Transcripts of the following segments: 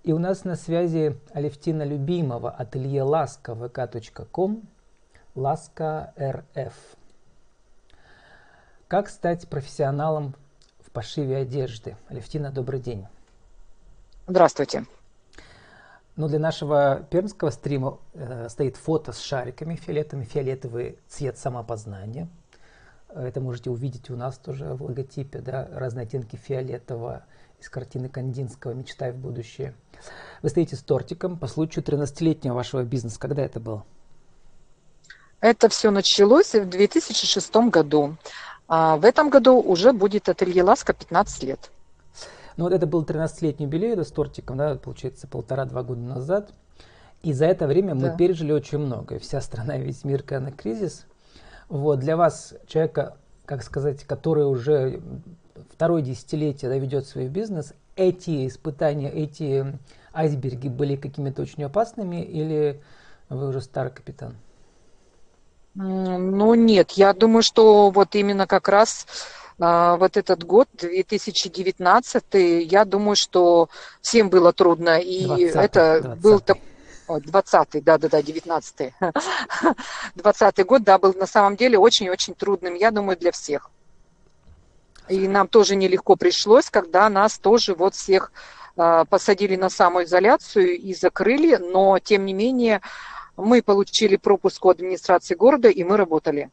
И у нас на связи Алевтина Любимова, ателье Ласка, vk.com, Ласка РФ. Как стать профессионалом в пошиве одежды? Алевтина, добрый день. Здравствуйте. Ну, для нашего пермского стрима стоит фото с шариками фиолетовыми, фиолетовый цвет самопознания. Это можете увидеть у нас тоже в логотипе, да, разные оттенки фиолетового из картины Кандинского «Мечтай в будущее». Вы стоите с тортиком по случаю 13-летнего вашего бизнеса. Когда это было? Это все началось в 2006 году. А в этом году уже будет ателье Ласка 15 лет. Ну вот это был 13-летний юбилей, да, с тортиком, да, получается, 1,5-2 года назад. И за это время мы пережили очень много. И вся страна, и весь мир, когда на кризис. Вот, для вас, человека, как сказать, который уже второе десятилетие, да, ведет свой бизнес, эти испытания, эти айсберги были какими-то очень опасными, или вы уже старый капитан? Ну нет, я думаю, что вот именно как раз вот этот год, 2019, я думаю, что всем было трудно. И 20-й, это 20-й. был такой... 20-й, да-да-да, 19-й. 20-й год, да, был на самом деле очень-очень трудным, я думаю, для всех. И нам тоже нелегко пришлось, когда нас тоже вот всех посадили на самоизоляцию и закрыли, но тем не менее мы получили пропуск у администрации города, и мы работали.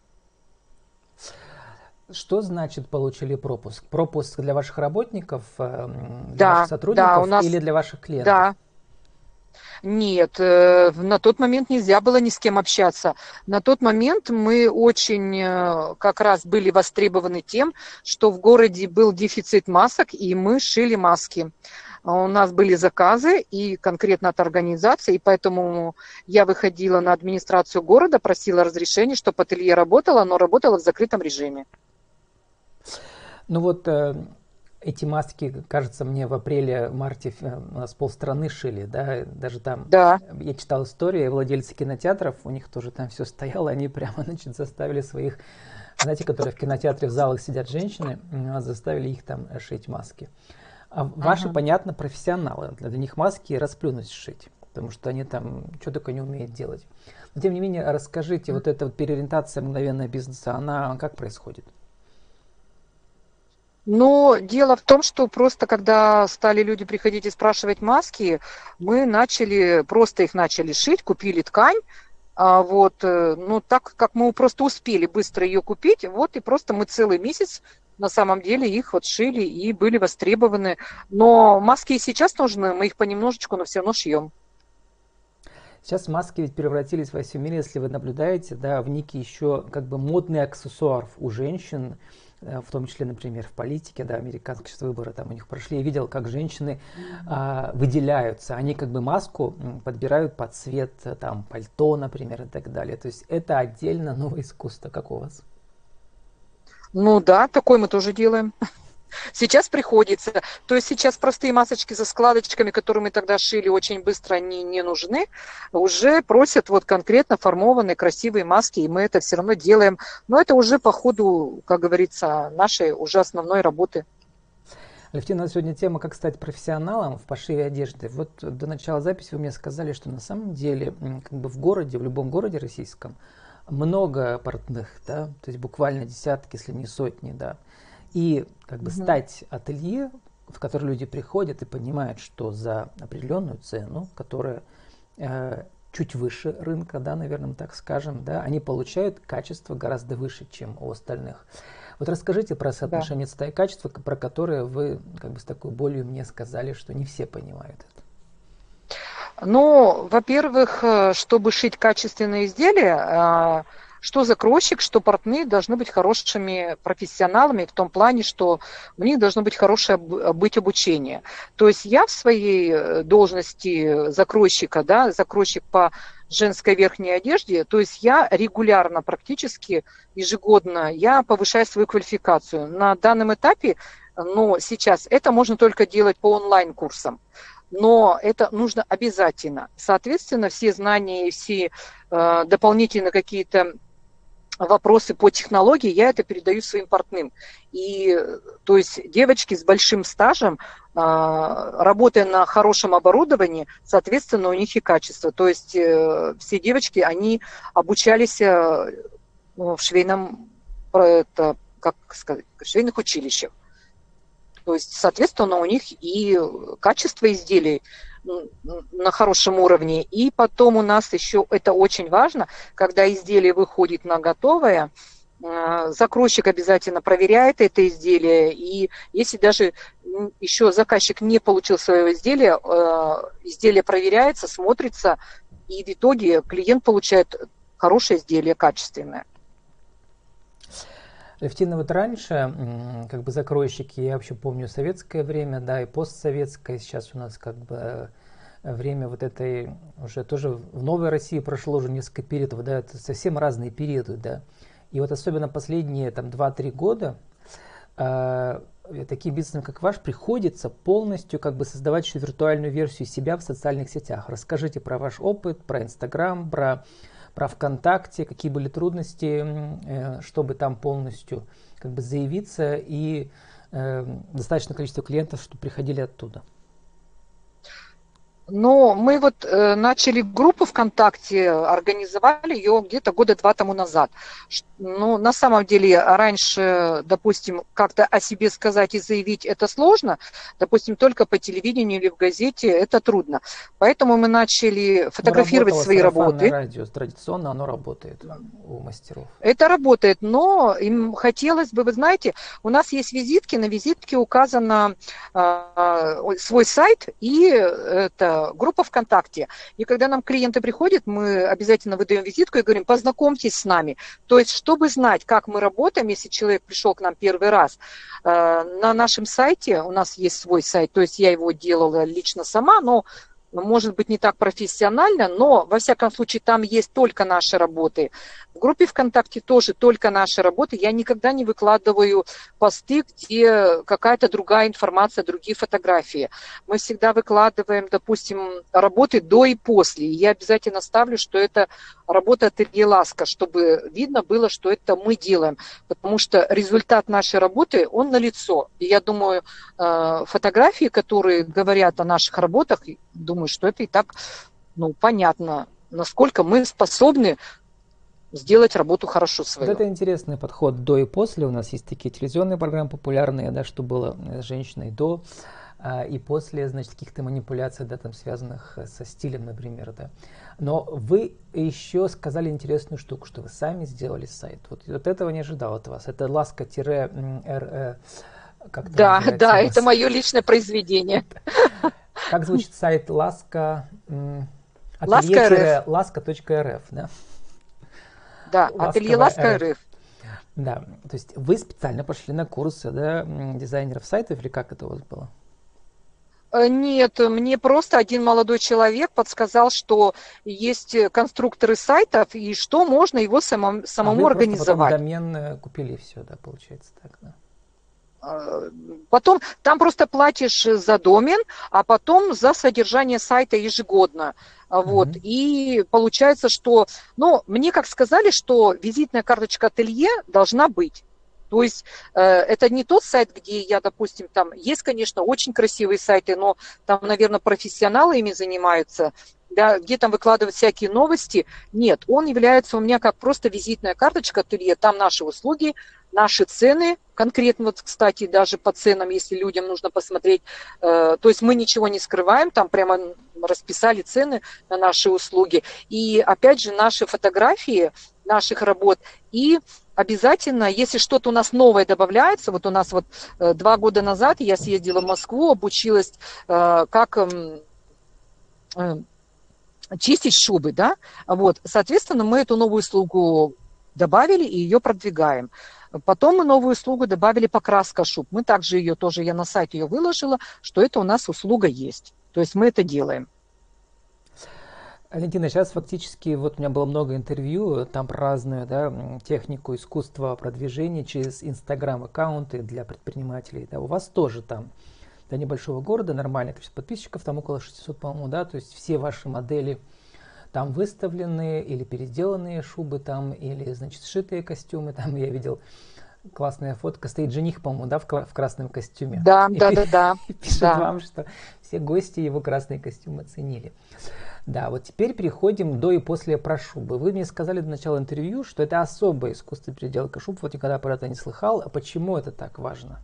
Что значит получили пропуск? Пропуск для ваших работников, для ваших сотрудников, да, у нас, или для ваших клиентов? Да. Нет, на тот момент нельзя было ни с кем общаться. На тот момент мы очень как раз были востребованы тем, что в городе был дефицит масок, и мы шили маски. У нас были заказы и конкретно от организации, и поэтому я выходила на администрацию города, просила разрешения, чтобы ателье работало, но работало в закрытом режиме. Ну вот эти маски, кажется, мне в апреле-марте у нас полстраны шили, да, даже там, да. Я читал истории, владельцы кинотеатров, у них тоже там все стояло, они прямо, значит, заставили своих, знаете, которые в кинотеатре в залах сидят женщины, заставили их там шить маски. А ваши, понятно, профессионалы, для них маски расплюнуть сшить, потому что они там что только не умеют делать. Но тем не менее, расскажите, вот эта вот переориентация мгновенного бизнеса, она как происходит? Но дело в том, что просто когда стали люди приходить и спрашивать маски, мы просто их начали шить, купили ткань, ну так как мы просто успели быстро ее купить, вот и просто мы целый месяц на самом деле их вот шили и были востребованы. Но маски и сейчас нужны, мы их понемножечку, но все равно шьем. Сейчас маски ведь превратились во всем мире, если вы наблюдаете, да, в некий еще как бы модный аксессуар у женщин, в том числе, например, в политике, да, американские сейчас выборы там у них прошли, я видел, как женщины выделяются, они как бы маску подбирают под цвет там пальто, например, и так далее. То есть это отдельно новое искусство, как у вас? Ну да, такое мы тоже делаем. Сейчас приходится. То есть сейчас простые масочки со складочками, которые мы тогда шили, очень быстро они не нужны. Уже просят вот конкретно формованные красивые маски, и мы это все равно делаем. Но это уже по ходу, как говорится, нашей уже основной работы. Алевтина, у нас сегодня тема «Как стать профессионалом в пошиве одежды». Вот до начала записи вы мне сказали, что на самом деле как бы в городе, в любом городе российском много портных, да, то есть буквально десятки, если не сотни, да. И как бы стать ателье, в которое люди приходят и понимают, что за определенную цену, которая чуть выше рынка, да, наверное, так скажем, да, они получают качество гораздо выше, чем у остальных. Вот расскажите про соотношение цена и качества, про которое вы как бы с такой болью мне сказали, что не все понимают это. Ну, во-первых, чтобы шить качественные изделия, что закройщик, что портные должны быть хорошими профессионалами в том плане, что у них должно быть хорошее быть обучение. То есть я в своей должности закройщика, да, закройщик по женской верхней одежде, то есть я регулярно, практически ежегодно, я повышаю свою квалификацию. На данном этапе, но сейчас это можно только делать по онлайн-курсам. Но это нужно обязательно. Соответственно, все знания и все дополнительные какие-то вопросы по технологии, я это передаю своим портным. И, то есть, девочки с большим стажем, работая на хорошем оборудовании, соответственно, у них и качество. То есть, все девочки, они обучались в швейном, как сказать, в швейных училищах. То есть, соответственно, у них и качество изделий на хорошем уровне. И потом у нас еще, это очень важно, когда изделие выходит на готовое, закройщик обязательно проверяет это изделие. И если даже еще заказчик не получил свое изделие, изделие проверяется, смотрится, и в итоге клиент получает хорошее изделие, качественное. Левтина, вот раньше, как бы закройщики, я вообще помню советское время, да, и постсоветское, сейчас у нас как бы время вот этой, уже тоже в новой России прошло уже несколько периодов, да, это совсем разные периоды, да. И вот особенно последние там 2-3 года таким бизнесам, как ваш, приходится полностью как бы создавать еще виртуальную версию себя в социальных сетях. Расскажите про ваш опыт, про Инстаграм, про ВКонтакте, какие были трудности, чтобы там полностью как бы заявиться, и достаточное количество клиентов, чтобы приходили оттуда. Но мы вот начали группу ВКонтакте, организовали ее где-то года 2 тому назад. Ну, на самом деле, раньше, допустим, как-то о себе сказать и заявить это сложно. Допустим, только по телевидению или в газете это трудно. Поэтому мы начали фотографировать свои работы. Радио, традиционно оно работает у мастеров. Это работает, но им хотелось бы, вы знаете, у нас есть визитки, на визитке указано свой сайт и это группа ВКонтакте. И когда нам клиенты приходят, мы обязательно выдаем визитку и говорим, познакомьтесь с нами. То есть, чтобы знать, как мы работаем, если человек пришел к нам первый раз, на нашем сайте, у нас есть свой сайт, то есть я его делала лично сама, но может быть не так профессионально, но во всяком случае там есть только наши работы. В группе ВКонтакте тоже только наши работы. Я никогда не выкладываю посты, где какая-то другая информация, другие фотографии. Мы всегда выкладываем, допустим, работы до и после. И я обязательно ставлю, что это работа ателье «Ласка», чтобы видно было, что это мы делаем. Потому что результат нашей работы, он налицо. И я думаю, фотографии, которые говорят о наших работах, думаю, что это и так, понятно, насколько мы способны сделать работу хорошо свою. Вот это интересный подход до и после. У нас есть такие телевизионные программы популярные, да, что было с женщиной до и после, значит, каких-то манипуляций, да, там, связанных со стилем, например, да. Но вы еще сказали интересную штуку, что вы сами сделали сайт. Вот этого не ожидал от вас. Это ласка-ре... Да, это мое личное произведение. Как звучит сайт Ласка? Laska.rf, да? Да, ателье «Ласка РФ». Да, то есть вы специально пошли на курсы, да, дизайнеров сайтов, или как это у вас было? Нет, мне просто один молодой человек подсказал, что есть конструкторы сайтов, и что можно его самому организовать. Потом домен купили, и все, да, получается так, да. Потом там просто платишь за домен, а потом за содержание сайта ежегодно. Вот. И получается, что, мне как сказали, что визитная карточка ателье должна быть. То есть это не тот сайт, где я, допустим, там есть, конечно, очень красивые сайты, но там, наверное, профессионалы ими занимаются, да, где там выкладывают всякие новости. Нет, он является у меня как просто визитная карточка ателье, там наши услуги, наши цены, конкретно, вот, кстати, даже по ценам, если людям нужно посмотреть, то есть мы ничего не скрываем, там прямо расписали цены на наши услуги. И, опять же, наши фотографии наших работ и обязательно, если что-то у нас новое добавляется, вот у нас 2 года назад я съездила в Москву, обучилась, как чистить шубы, да, вот, соответственно, мы эту новую услугу добавили и ее продвигаем. Потом мы новую услугу добавили покраска шуб. Мы также ее тоже, я на сайт ее выложила, что это у нас услуга есть. То есть мы это делаем. Валентина, сейчас фактически, вот у меня было много интервью, там про разную, да, технику, искусство продвижения через Инстаграм-аккаунты для предпринимателей. Да, у вас тоже там для небольшого города нормально, то есть подписчиков там около 600, по-моему, да, то есть все ваши модели там выставленные или переделанные шубы там, или, значит, сшитые костюмы. Там я видел классная фотка, стоит жених, по-моему, да, в красном костюме. Да, И да, да, да. пишет Да. вам, что все гости его красный костюм оценили. Да, вот теперь переходим до и после про шубы. Вы мне сказали до начала интервью, что это особое искусство переделка шуб. Вот никогда про это не слыхал. А почему это так важно?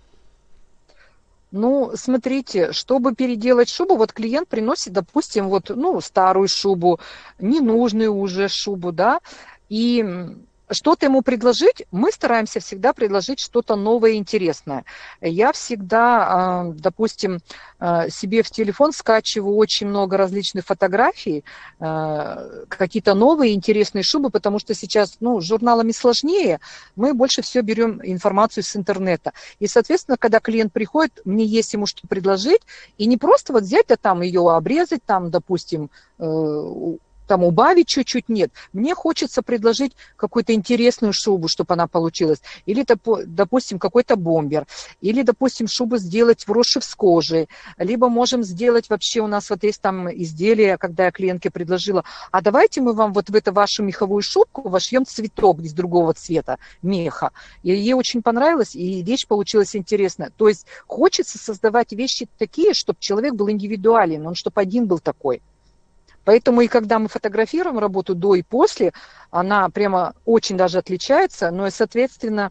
Ну, смотрите, чтобы переделать шубу, вот клиент приносит, допустим, вот, ну, старую шубу, ненужную уже шубу, да, и что-то ему предложить, мы стараемся всегда предложить что-то новое и интересное. Я всегда, допустим, себе в телефон скачиваю очень много различных фотографий, какие-то новые интересные шубы, потому что сейчас, ну, с журналами сложнее, мы больше всего берем информацию с интернета. И, соответственно, когда клиент приходит, мне есть ему что предложить, и не просто вот взять, да там ее обрезать, там, допустим, там убавить чуть-чуть, нет. Мне хочется предложить какую-то интересную шубу, чтобы она получилась. Или, допустим, какой-то бомбер. Или, допустим, шубу сделать вросшей с кожей. Либо можем сделать вообще, у нас вот есть там изделие, когда я клиентке предложила, а давайте мы вам вот в эту вашу меховую шубку вошьем цветок из другого цвета меха. И ей очень понравилось, и вещь получилась интересная. То есть хочется создавать вещи такие, чтобы человек был индивидуален, он чтобы один был такой. Поэтому и когда мы фотографируем работу до и после, она прямо очень даже отличается, но и, соответственно,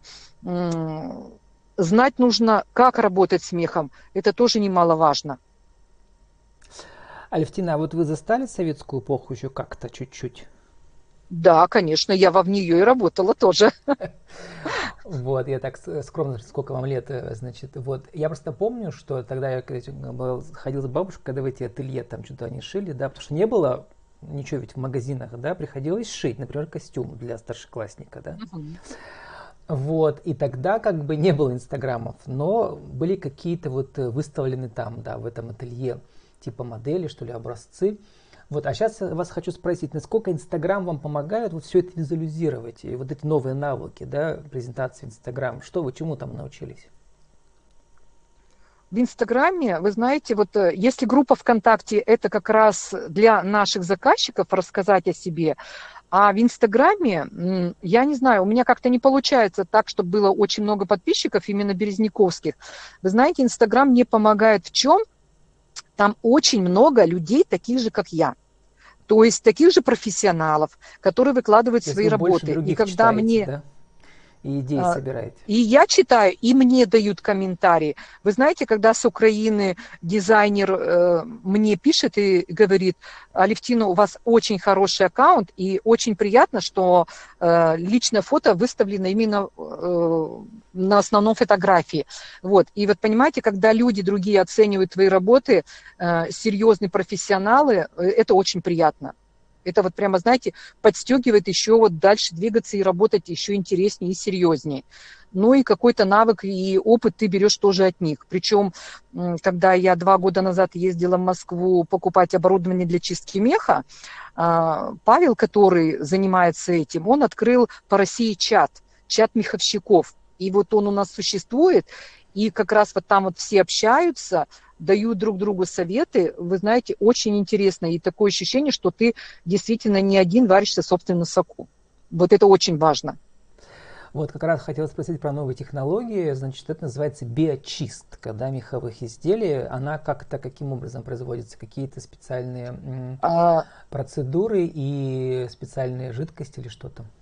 знать нужно, как работать с мехом. Это тоже немаловажно. Алевтина, а вот вы застали советскую эпоху еще как-то чуть-чуть? Да, конечно, я в нее и работала тоже. Вот, я так скромно, сколько вам лет, значит, вот. Я просто помню, что тогда я ходил с бабушкой, когда в эти ателье там что-то они шили, да, потому что не было ничего ведь в магазинах, да, приходилось шить, например, костюм для старшеклассника, да. Вот, и тогда как бы не было инстаграмов, но были какие-то вот выставлены там, да, в этом ателье, типа модели, что ли, образцы. Вот, а сейчас я вас хочу спросить, насколько Инстаграм вам помогает вот все это визуализировать, и вот эти новые навыки, да, презентации Инстаграм, что вы чему там научились? В Инстаграме, вы знаете, вот если группа ВКонтакте, это как раз для наших заказчиков рассказать о себе, а в Инстаграме, я не знаю, у меня как-то не получается так, чтобы было очень много подписчиков, именно березняковских. Вы знаете, Инстаграм мне помогает в чем? Там очень много людей, таких же, как я. То есть таких же профессионалов, которые выкладывают свои работы. И когда читаете, мне... да? И идеи собираете. И я читаю, и мне дают комментарии. Вы знаете, когда с Украины дизайнер мне пишет и говорит: Алевтина, у вас очень хороший аккаунт, и очень приятно, что личное фото выставлено именно на основном фотографии. Вот. И вот понимаете, когда люди другие оценивают твои работы, серьезные профессионалы, это очень приятно. Это вот прямо, знаете, подстегивает еще вот дальше двигаться и работать еще интереснее и серьезнее. Ну и какой-то навык и опыт ты берешь тоже от них. Причем, когда я 2 года назад ездила в Москву покупать оборудование для чистки меха, Павел, который занимается этим, он открыл по России чат меховщиков. И вот он у нас существует, и как раз вот там вот все общаются, дают друг другу советы, вы знаете, очень интересно. И такое ощущение, что ты действительно не один варишься в собственном соку. Вот это очень важно. Вот как раз хотел спросить про новые технологии. Значит, это называется биочистка, да, меховых изделий. Она как-то, каким образом производится? Какие-то специальные процедуры и специальные жидкости или что там?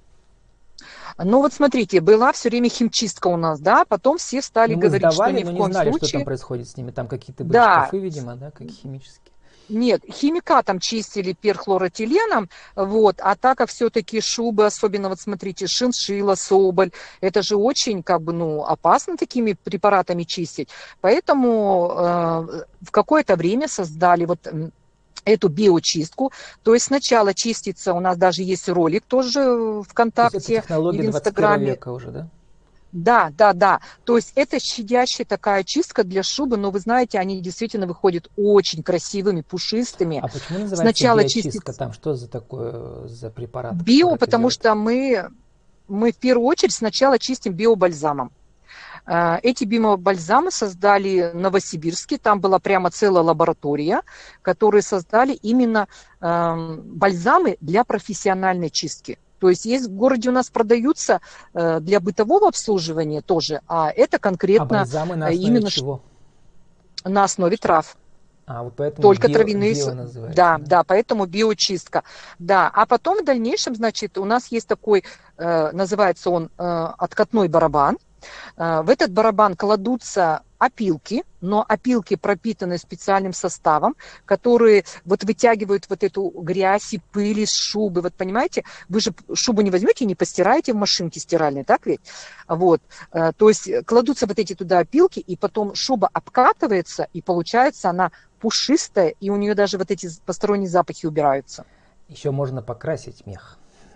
Ну вот смотрите, была все время химчистка у нас, да, потом все стали говорить, сдавали, что ни в но коем не знали, случае... что там происходит с ними. Там какие-то были Да. шкафы, видимо, да, как химические. Нет, химикатом чистили перхлоротиленом, вот, а так как все-таки шубы, особенно вот смотрите, шиншилла, соболь, это же очень как бы, ну, опасно такими препаратами чистить, поэтому в какое-то время создали вот эту биочистку, то есть сначала чистится, у нас даже есть ролик тоже ВКонтакте То есть это технология и в Инстаграме. 21 века уже, да? Да, да, да. То есть это щадящая такая чистка для шубы, но вы знаете, они действительно выходят очень красивыми, пушистыми. А почему называется сначала биочистка? чистится... Там что за такое, за препарат? Био, потому что мы в первую очередь сначала чистим биобальзамом. Эти биобальзамы создали в Новосибирске, там была прямо целая лаборатория, которые создали именно бальзамы для профессиональной чистки. То есть в городе у нас продаются для бытового обслуживания тоже, а это А конкретно бальзамы на основе именно чего? на основе трав. А, вот поэтому Только травяные, био называется. да, да, поэтому биочистка. Да, а потом в дальнейшем, значит, у нас есть такой, называется он откатной барабан. В этот барабан кладутся опилки, но опилки пропитаны специальным составом, которые вот вытягивают вот эту грязь и пыль из шубы. Вот понимаете, вы же шубу не возьмете и не постираете в машинке стиральной, так ведь? Вот. То есть кладутся вот эти туда опилки, и потом шуба обкатывается, и получается она пушистая, и у нее даже вот эти посторонние запахи убираются. Еще можно покрасить мех.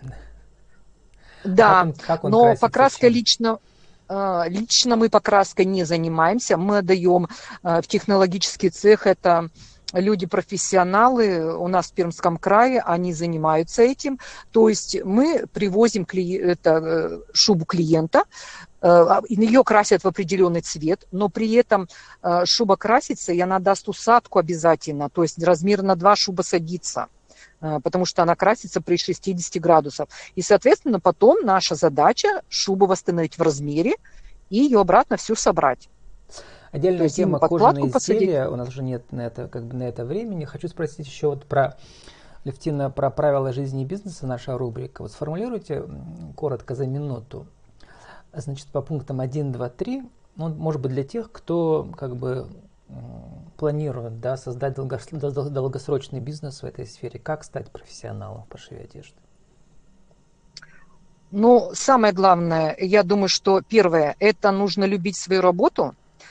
Да, Как он но красится, покраска чем? лично мы покраской не занимаемся, мы отдаем в технологический цех, это люди-профессионалы у нас в Пермском крае, они занимаются этим, то есть мы привозим шубу клиента, ее красят в определенный цвет, но при этом шуба красится, и она даст усадку обязательно, то есть размер на 2 шуба садится, потому что она красится при 60 градусах. И, соответственно, потом наша задача шубу восстановить в размере и ее обратно всю собрать. Отдельная тема кожаные изделия. У нас уже нет на это времени. Хочу спросить еще вот про, Левтина, про правила жизни и бизнеса, наша рубрика. Вот сформулируйте коротко за минуту. Значит, по пунктам 1, 2, 3, ну, может быть, для тех, кто как бы планирует, да, создать долгосрочный бизнес в этой сфере. Как стать профессионалом в пошиве одежды? Ну, самое главное, я думаю, что первое, это нужно любить свою работу.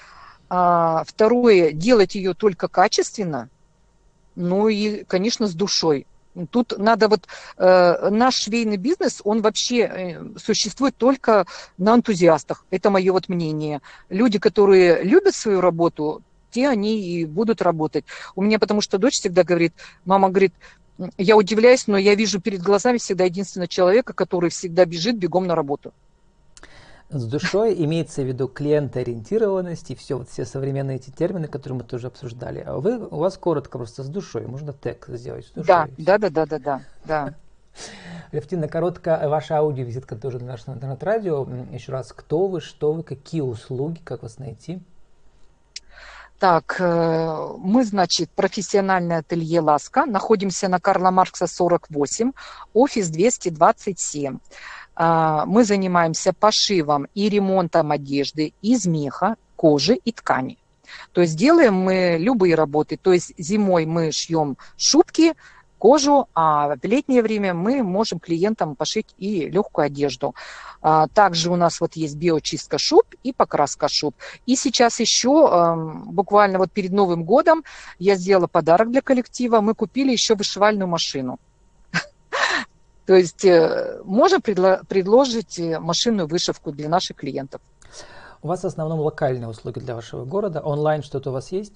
Второе, делать ее только качественно. Ну и, конечно, с душой. Тут надо наш швейный бизнес, он вообще существует только на энтузиастах. Это мое вот мнение. Люди, которые любят свою работу, те они и будут работать. У меня потому что дочь всегда говорит, мама говорит, я удивляюсь, но я вижу перед глазами всегда единственного человека, который всегда бежит бегом на работу. С душой имеется в виду клиентоориентированность и все современные эти термины, которые мы тоже обсуждали. А у вас коротко просто с душой, можно тег сделать с душой. Да. Левтина, коротко ваша аудиовизитка тоже на нашем интернет-радио. Еще раз, кто вы, что вы, какие услуги, как вас найти? Так, мы, значит, профессиональное ателье «Ласка». Находимся на Карла Маркса, 48, офис 227. Мы занимаемся пошивом и ремонтом одежды из меха, кожи и ткани. То есть делаем мы любые работы. То есть зимой мы шьем шубки, кожу, а в летнее время мы можем клиентам пошить и легкую одежду. Также у нас вот есть биочистка шуб и покраска шуб. И сейчас еще, буквально вот перед Новым годом, я сделала подарок для коллектива. Мы купили еще вышивальную машину. То есть можем предложить машинную вышивку для наших клиентов. У вас в основном локальные услуги для вашего города. Онлайн что-то у вас есть?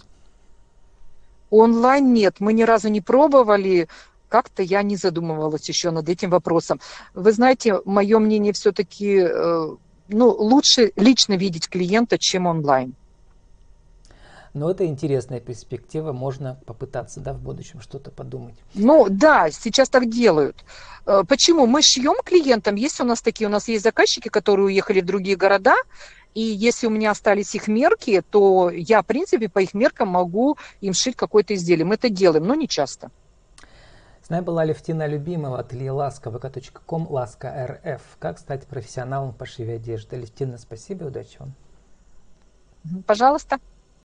Онлайн нет, мы ни разу не пробовали. Как-то я не задумывалась еще над этим вопросом. Вы знаете, мое мнение все-таки, лучше лично видеть клиента, чем онлайн. Но это интересная перспектива, можно попытаться, да, в будущем что-то подумать. Ну да, сейчас так делают. Почему? Мы шьем клиентам, есть у нас есть заказчики, которые уехали в другие города, и если у меня остались их мерки, то я, в принципе, по их меркам могу им шить какое-то изделие. Мы это делаем, но не часто. С нами была Левтина Любимова, ателье Ласка, vk.com, Ласка РФ. Как стать профессионалом в пошиве одежды? Левтина, спасибо и удачи вам. Пожалуйста.